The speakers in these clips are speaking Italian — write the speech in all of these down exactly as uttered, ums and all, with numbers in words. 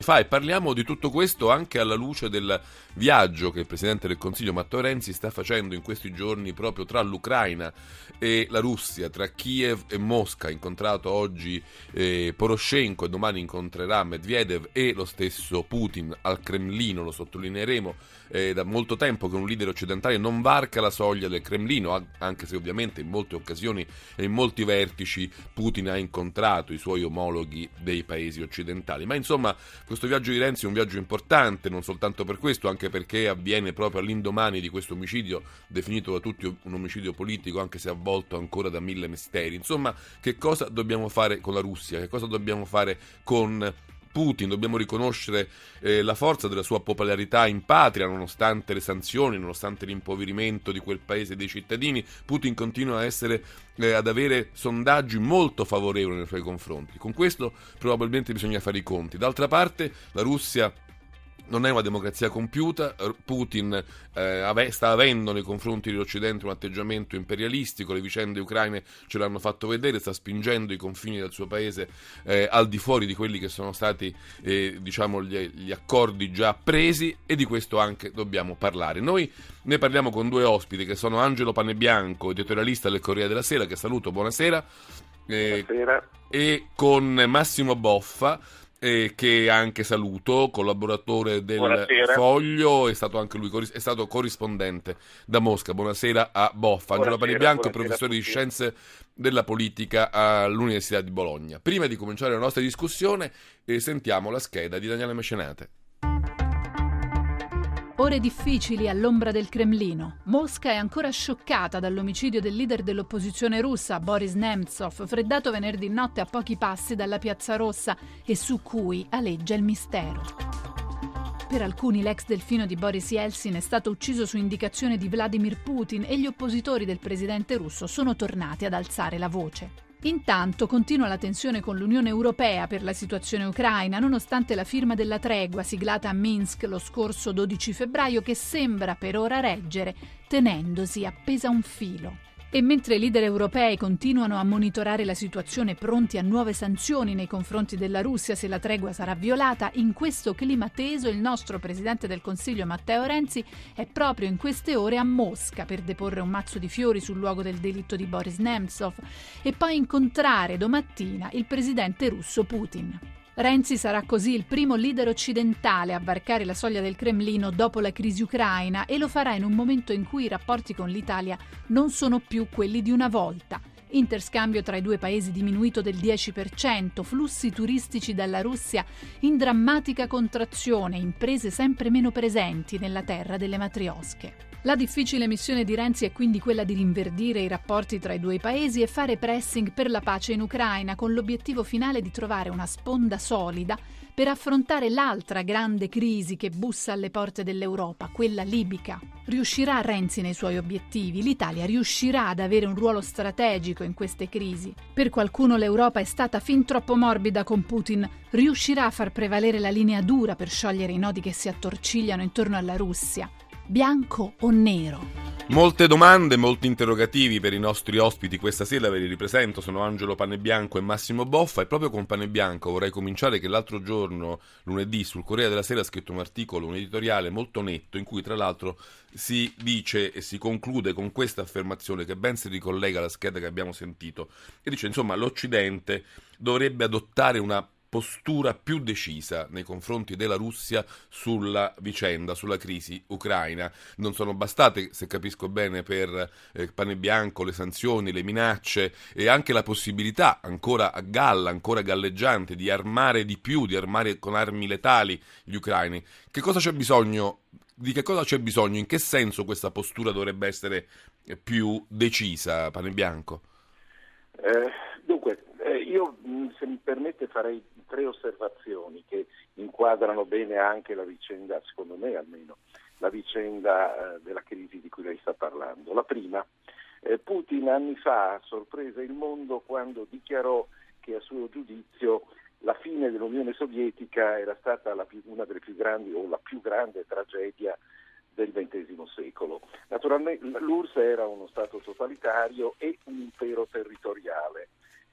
Fa e parliamo di tutto questo anche alla luce del viaggio che il Presidente del Consiglio Matteo Renzi sta facendo in questi giorni proprio tra l'Ucraina e la Russia, tra Kiev e Mosca. Ha incontrato oggi eh, Poroshenko e domani incontrerà Medvedev e lo stesso Putin al Cremlino. Lo sottolineeremo, eh, da molto tempo che un leader occidentale non varca la soglia del Cremlino, anche se ovviamente in molte occasioni e in molti vertici Putin ha incontrato i suoi omologhi dei paesi occidentali. Ma insomma, questo viaggio di Renzi è un viaggio importante, non soltanto per questo, anche perché avviene proprio all'indomani di questo omicidio, definito da tutti un omicidio politico, anche se avvolto ancora da mille misteri. Insomma, che cosa dobbiamo fare con la Russia? Che cosa dobbiamo fare con Putin? Dobbiamo riconoscere eh, la forza della sua popolarità in patria, nonostante le sanzioni, nonostante l'impoverimento di quel paese e dei cittadini. Putin continua a essere eh, ad avere sondaggi molto favorevoli nei suoi confronti. Con questo probabilmente bisogna fare i conti. D'altra parte la Russia non è una democrazia compiuta. Putin eh, sta avendo nei confronti dell'Occidente un atteggiamento imperialistico, le vicende ucraine ce l'hanno fatto vedere, sta spingendo i confini del suo paese eh, al di fuori di quelli che sono stati eh, diciamo gli, gli accordi già presi, e di questo anche dobbiamo parlare. Noi ne parliamo con due ospiti che sono Angelo Panebianco, editorialista del Corriere della Sera, che saluto, buonasera, eh, buonasera. E con Massimo Boffa, Eh, che anche saluto, collaboratore del Buonasera. Foglio, è stato anche lui è stato corrispondente da Mosca. Buonasera a Boffa. Angelo Panebianco è professore di scienze della politica all'Università di Bologna. Prima di cominciare la nostra discussione eh, sentiamo la scheda di Daniele Mecenate. Ore difficili all'ombra del Cremlino. Mosca è ancora scioccata dall'omicidio del leader dell'opposizione russa, Boris Nemtsov, freddato venerdì notte a pochi passi dalla Piazza Rossa e su cui aleggia il mistero. Per alcuni l'ex delfino di Boris Yeltsin è stato ucciso su indicazione di Vladimir Putin e gli oppositori del presidente russo sono tornati ad alzare la voce. Intanto continua la tensione con l'Unione Europea per la situazione ucraina, nonostante la firma della tregua siglata a Minsk lo scorso dodici febbraio, che sembra per ora reggere, tenendosi appesa a un filo. E mentre i leader europei continuano a monitorare la situazione, pronti a nuove sanzioni nei confronti della Russia se la tregua sarà violata, in questo clima teso il nostro Presidente del Consiglio Matteo Renzi è proprio in queste ore a Mosca per deporre un mazzo di fiori sul luogo del delitto di Boris Nemtsov e poi incontrare domattina il presidente russo Putin. Renzi sarà così il primo leader occidentale a varcare la soglia del Cremlino dopo la crisi ucraina, e lo farà in un momento in cui i rapporti con l'Italia non sono più quelli di una volta. Interscambio tra i due paesi diminuito del dieci per cento, flussi turistici dalla Russia in drammatica contrazione, imprese sempre meno presenti nella terra delle matriosche. La difficile missione di Renzi è quindi quella di rinverdire i rapporti tra i due paesi e fare pressing per la pace in Ucraina, con l'obiettivo finale di trovare una sponda solida per affrontare l'altra grande crisi che bussa alle porte dell'Europa, quella libica. Riuscirà Renzi nei suoi obiettivi? L'Italia riuscirà ad avere un ruolo strategico in queste crisi? Per qualcuno l'Europa è stata fin troppo morbida con Putin. Riuscirà a far prevalere la linea dura per sciogliere i nodi che si attorcigliano intorno alla Russia? Bianco o nero? Molte domande, molti interrogativi per i nostri ospiti questa sera, ve li ripresento, sono Angelo Panebianco e Massimo Boffa, e proprio con Panebianco vorrei cominciare, che l'altro giorno, lunedì, sul Corriere della Sera ha scritto un articolo, un editoriale molto netto, in cui tra l'altro si dice e si conclude con questa affermazione che ben si ricollega alla scheda che abbiamo sentito, e dice insomma l'Occidente dovrebbe adottare una postura più decisa nei confronti della Russia sulla vicenda, sulla crisi ucraina. Non sono bastate, se capisco bene, per eh, Panebianco le sanzioni, le minacce e anche la possibilità, ancora a galla, ancora galleggiante, di armare di più, di armare con armi letali gli ucraini. Che cosa c'è bisogno? Di che cosa c'è bisogno? In che senso questa postura dovrebbe essere più decisa, Panebianco? Eh, dunque, eh, io se mi permette farei tre osservazioni che inquadrano bene anche la vicenda, secondo me almeno, la vicenda eh, della crisi di cui lei sta parlando. La prima, eh, Putin anni fa sorprese il mondo quando dichiarò che a suo giudizio la fine dell'Unione Sovietica era stata la più, una delle più grandi o la più grande tragedia del ventesimo secolo. Naturalmente l'U R S S era uno stato totalitario e un impero territoriale.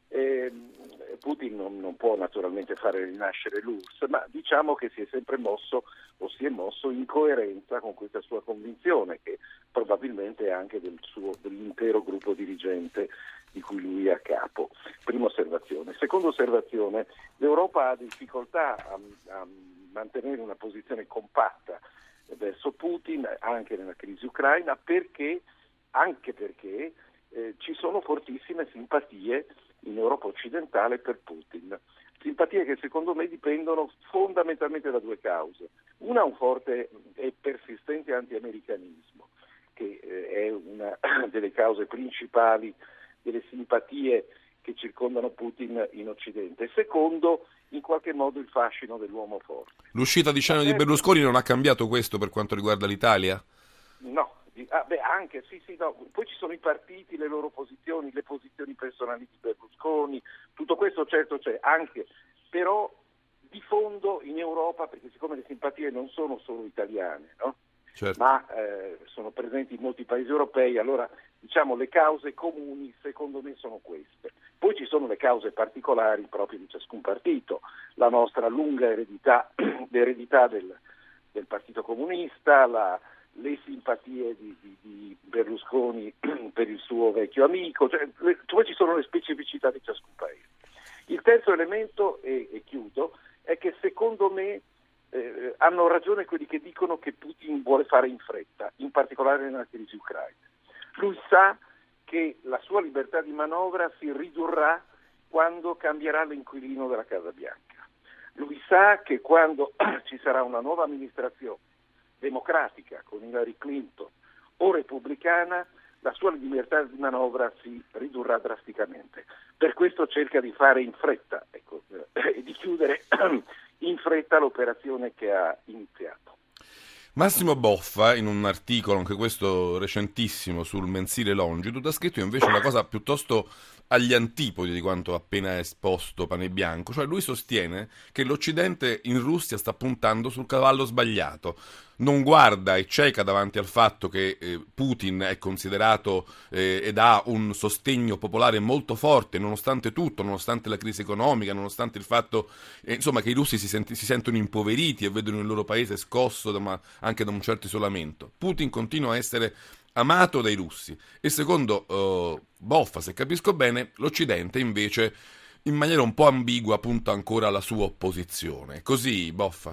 Eh, Putin non, non può naturalmente fare rinascere l'U R S S, ma diciamo che si è sempre mosso o si è mosso in coerenza con questa sua convinzione, che probabilmente è anche del suo, dell'intero gruppo dirigente di cui lui è a capo. Prima osservazione. Seconda osservazione, l'Europa ha difficoltà a, a mantenere una posizione compatta verso Putin anche nella crisi ucraina, perché anche perché eh, ci sono fortissime simpatie in Europa occidentale per Putin, simpatie che secondo me dipendono fondamentalmente da due cause. Una, un forte e persistente anti-americanismo, che eh, è una delle cause principali delle simpatie che circondano Putin in Occidente. Secondo, in qualche modo il fascino dell'uomo forte. L'uscita di scena di Berlusconi non ha cambiato questo per quanto riguarda l'Italia? No. Ah, beh, anche, sì, sì, no. Poi ci sono i partiti, le loro posizioni, le posizioni personali di Berlusconi, tutto questo certo c'è, anche, però di fondo in Europa, perché siccome le simpatie non sono solo italiane, no? Certo. Ma eh, sono presenti in molti paesi europei, allora diciamo le cause comuni secondo me sono queste. Poi ci sono le cause particolari proprio di ciascun partito, la nostra lunga eredità, l'eredità del, del Partito Comunista, la le simpatie di, di, di Berlusconi per il suo vecchio amico, cioè, le, cioè ci sono le specificità di ciascun paese. Il terzo elemento, e, e chiudo, è che secondo me eh, hanno ragione quelli che dicono che Putin vuole fare in fretta, in particolare nella crisi ucraina. Lui sa che la sua libertà di manovra si ridurrà quando cambierà l'inquilino della Casa Bianca. Lui sa che quando ci sarà una nuova amministrazione democratica con Hillary Clinton o repubblicana, la sua libertà di manovra si ridurrà drasticamente. Per questo cerca di fare in fretta, ecco, e eh, di chiudere in fretta l'operazione che ha iniziato. Massimo Boffa, in un articolo, anche questo recentissimo, sul mensile Longitude, ha scritto invece una cosa piuttosto agli antipodi di quanto appena esposto Pane Bianco, cioè lui sostiene che l'Occidente in Russia sta puntando sul cavallo sbagliato, non guarda e cieca davanti al fatto che eh, Putin è considerato eh, ed ha un sostegno popolare molto forte, nonostante tutto, nonostante la crisi economica, nonostante il fatto eh, insomma che i russi si, senti, si sentono impoveriti e vedono il loro paese scosso da, ma, anche da un certo isolamento. Putin continua a essere amato dai russi e secondo uh, Boffa, se capisco bene, l'Occidente invece in maniera un po' ambigua punta ancora alla sua opposizione. Così, Boffa?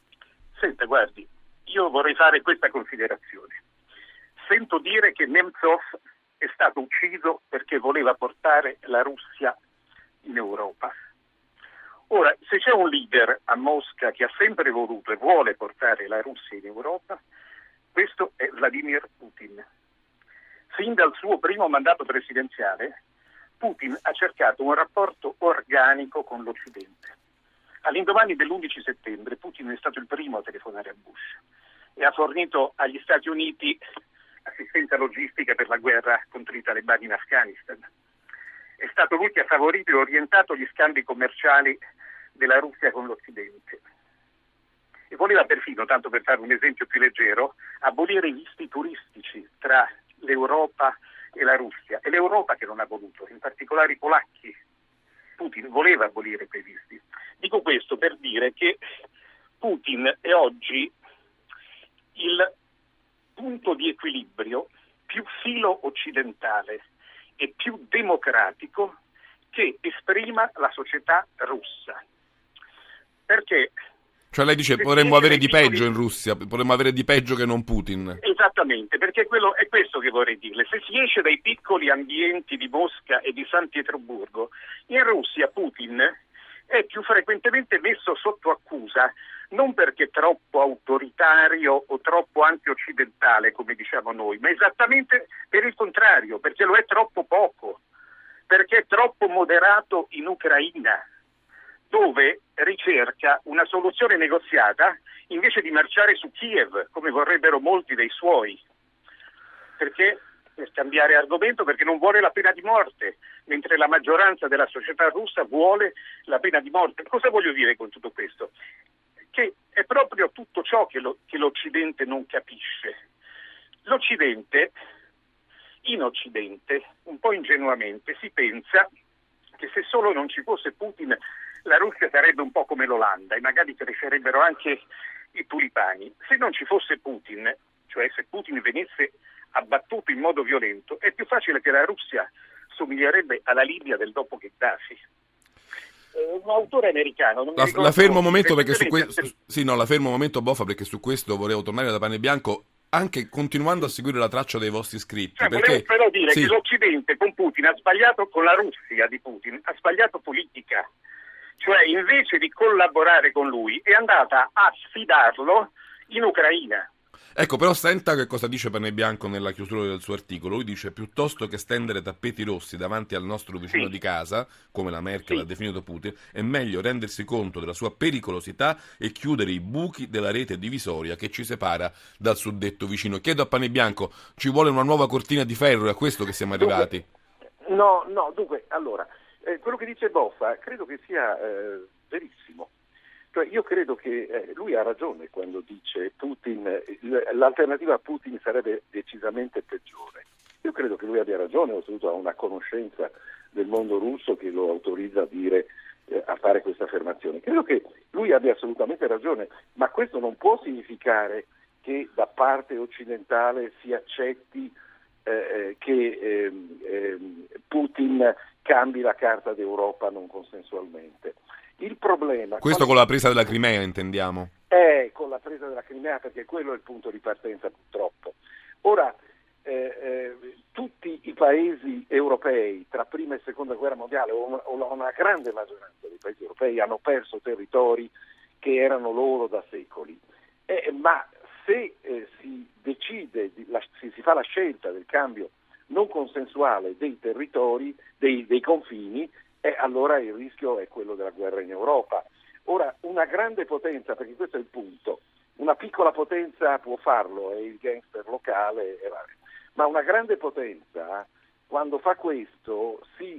Senta, guardi, io vorrei fare questa considerazione. Sento dire che Nemtsov è stato ucciso perché voleva portare la Russia in Europa. Ora, se c'è un leader a Mosca che ha sempre voluto e vuole portare la Russia in Europa, questo è Vladimir Putin. Fin dal suo primo mandato presidenziale, Putin ha cercato un rapporto organico con l'Occidente. All'indomani dell'undici settembre, Putin è stato il primo a telefonare a Bush e ha fornito agli Stati Uniti assistenza logistica per la guerra contro i talebani in Afghanistan. È stato lui che ha favorito e orientato gli scambi commerciali della Russia con l'Occidente. E voleva perfino, tanto per fare un esempio più leggero, abolire i visti turistici tra l'Europa e la Russia. È l'Europa che non ha voluto, in particolare i polacchi. Putin voleva abolire quei visti. Dico questo per dire che Putin è oggi il punto di equilibrio più filo occidentale e più democratico che esprima la società russa. Perché? Cioè lei dice potremmo avere di peggio in Russia, potremmo avere di peggio che non Putin. Esattamente, perché quello è questo che vorrei dirle. Se si esce dai piccoli ambienti di Mosca e di San Pietroburgo, in Russia Putin è più frequentemente messo sotto accusa, non perché è troppo autoritario o troppo anti-occidentale, come diciamo noi, ma esattamente per il contrario, perché lo è troppo poco, perché è troppo moderato in Ucraina, dove ricerca una soluzione negoziata invece di marciare su Kiev, come vorrebbero molti dei suoi. Perché, per cambiare argomento, perché non vuole la pena di morte, mentre la maggioranza della società russa vuole la pena di morte. Cosa voglio dire con tutto questo? Che è proprio tutto ciò che, lo, che l'Occidente non capisce. L'Occidente, in Occidente, un po' ingenuamente, si pensa che se solo non ci fosse Putin la Russia sarebbe un po' come l'Olanda e magari crescerebbero anche i tulipani. Se non ci fosse Putin, cioè se Putin venisse abbattuto in modo violento, è più facile che la Russia somiglierebbe alla Libia del dopo Gheddafi. Eh, un autore americano. Non la, mi la fermo un momento perché su questo. questo. Sì, no, la fermo un momento, Boffa, perché su questo volevo tornare da Pane Bianco, anche continuando a seguire la traccia dei vostri scritti. Cioè, perché... volevo però dire sì. che l'Occidente con Putin ha sbagliato, con la Russia di Putin, ha sbagliato politica. Cioè, invece di collaborare con lui, è andata a sfidarlo in Ucraina. Ecco, però senta che cosa dice Pane Bianco nella chiusura del suo articolo. Lui dice: piuttosto che stendere tappeti rossi davanti al nostro vicino sì. di casa, come la Merkel sì. ha definito Putin, è meglio rendersi conto della sua pericolosità e chiudere i buchi della rete divisoria che ci separa dal suddetto vicino. Chiedo a Pane Bianco, ci vuole una nuova cortina di ferro? È a questo che siamo arrivati? Dunque, no, no, dunque, allora, eh, quello che dice Boffa credo che sia eh, verissimo. Cioè, io credo che eh, lui ha ragione quando dice Putin, l'alternativa a Putin sarebbe decisamente peggiore. Io credo che lui abbia ragione, oltretutto ha una conoscenza del mondo russo che lo autorizza a dire, eh, a fare questa affermazione. Credo che lui abbia assolutamente ragione, ma questo non può significare che da parte occidentale si accetti eh, che eh, eh, Putin cambi la carta d'Europa non consensualmente. Il problema... Questo con la presa della Crimea, intendiamo? È con la presa della Crimea, perché quello è il punto di partenza, purtroppo. Ora, eh, eh, tutti i paesi europei, tra prima e seconda guerra mondiale, o una, o una grande maggioranza dei paesi europei, hanno perso territori che erano loro da secoli. Eh, ma se eh, si decide, di, la, si, si fa la scelta del cambio non consensuale dei territori, dei, dei confini, e allora il rischio è quello della guerra in Europa. Ora, una grande potenza, perché questo è il punto, una piccola potenza può farlo, è il gangster locale, ma una grande potenza, quando fa questo, si,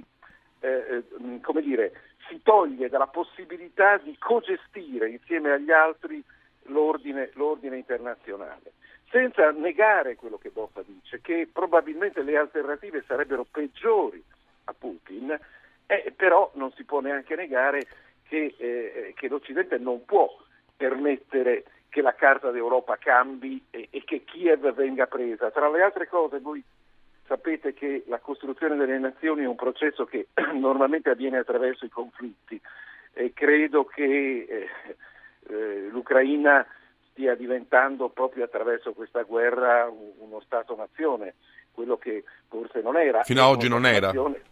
eh, come dire, si toglie dalla possibilità di cogestire insieme agli altri l'ordine, l'ordine internazionale, senza negare quello che Boffa dice, che probabilmente le alternative sarebbero peggiori a Putin. Eh, però non si può neanche negare che, eh, che l'Occidente non può permettere che la carta d'Europa cambi e, e che Kiev venga presa. Tra le altre cose, voi sapete che la costruzione delle nazioni è un processo che normalmente avviene attraverso i conflitti e credo che eh, eh, l'Ucraina stia diventando proprio attraverso questa guerra uno Stato-nazione, quello che forse non era. Fino ad oggi non era.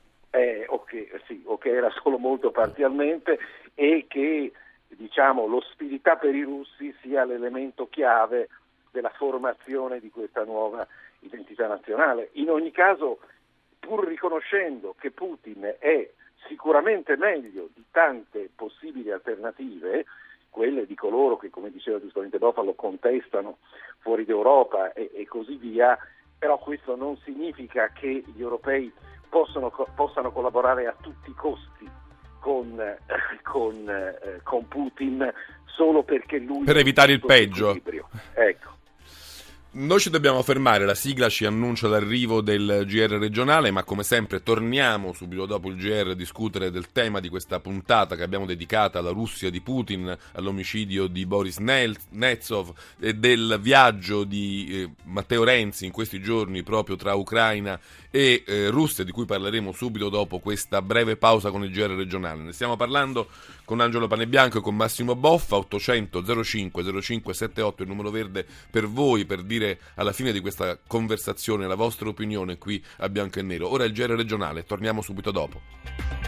Eh, o, che, sì, o che era solo molto parzialmente, e che diciamo l'ostilità per i russi sia l'elemento chiave della formazione di questa nuova identità nazionale. In ogni caso, pur riconoscendo che Putin è sicuramente meglio di tante possibili alternative, quelle di coloro che, come diceva giustamente Boffa, lo contestano fuori d'Europa e, e così via, però questo non significa che gli europei Possono, possano collaborare a tutti i costi con, eh, con, eh, con Putin solo perché lui... Per evitare il peggio. Ecco. Noi ci dobbiamo fermare, la sigla ci annuncia l'arrivo del G R regionale, ma come sempre torniamo subito dopo il G R a discutere del tema di questa puntata che abbiamo dedicata alla Russia di Putin, all'omicidio di Boris Nemtsov e del viaggio di eh, Matteo Renzi in questi giorni proprio tra Ucraina e eh, Russia, di cui parleremo subito dopo questa breve pausa con il G R regionale. Ne stiamo parlando con Angelo Panebianco e con Massimo Boffa. Ottocento zero cinque zero cinque settantotto il numero verde per voi, per dire alla fine di questa conversazione la vostra opinione qui a Bianco e Nero. Ora il G R regionale, torniamo subito dopo.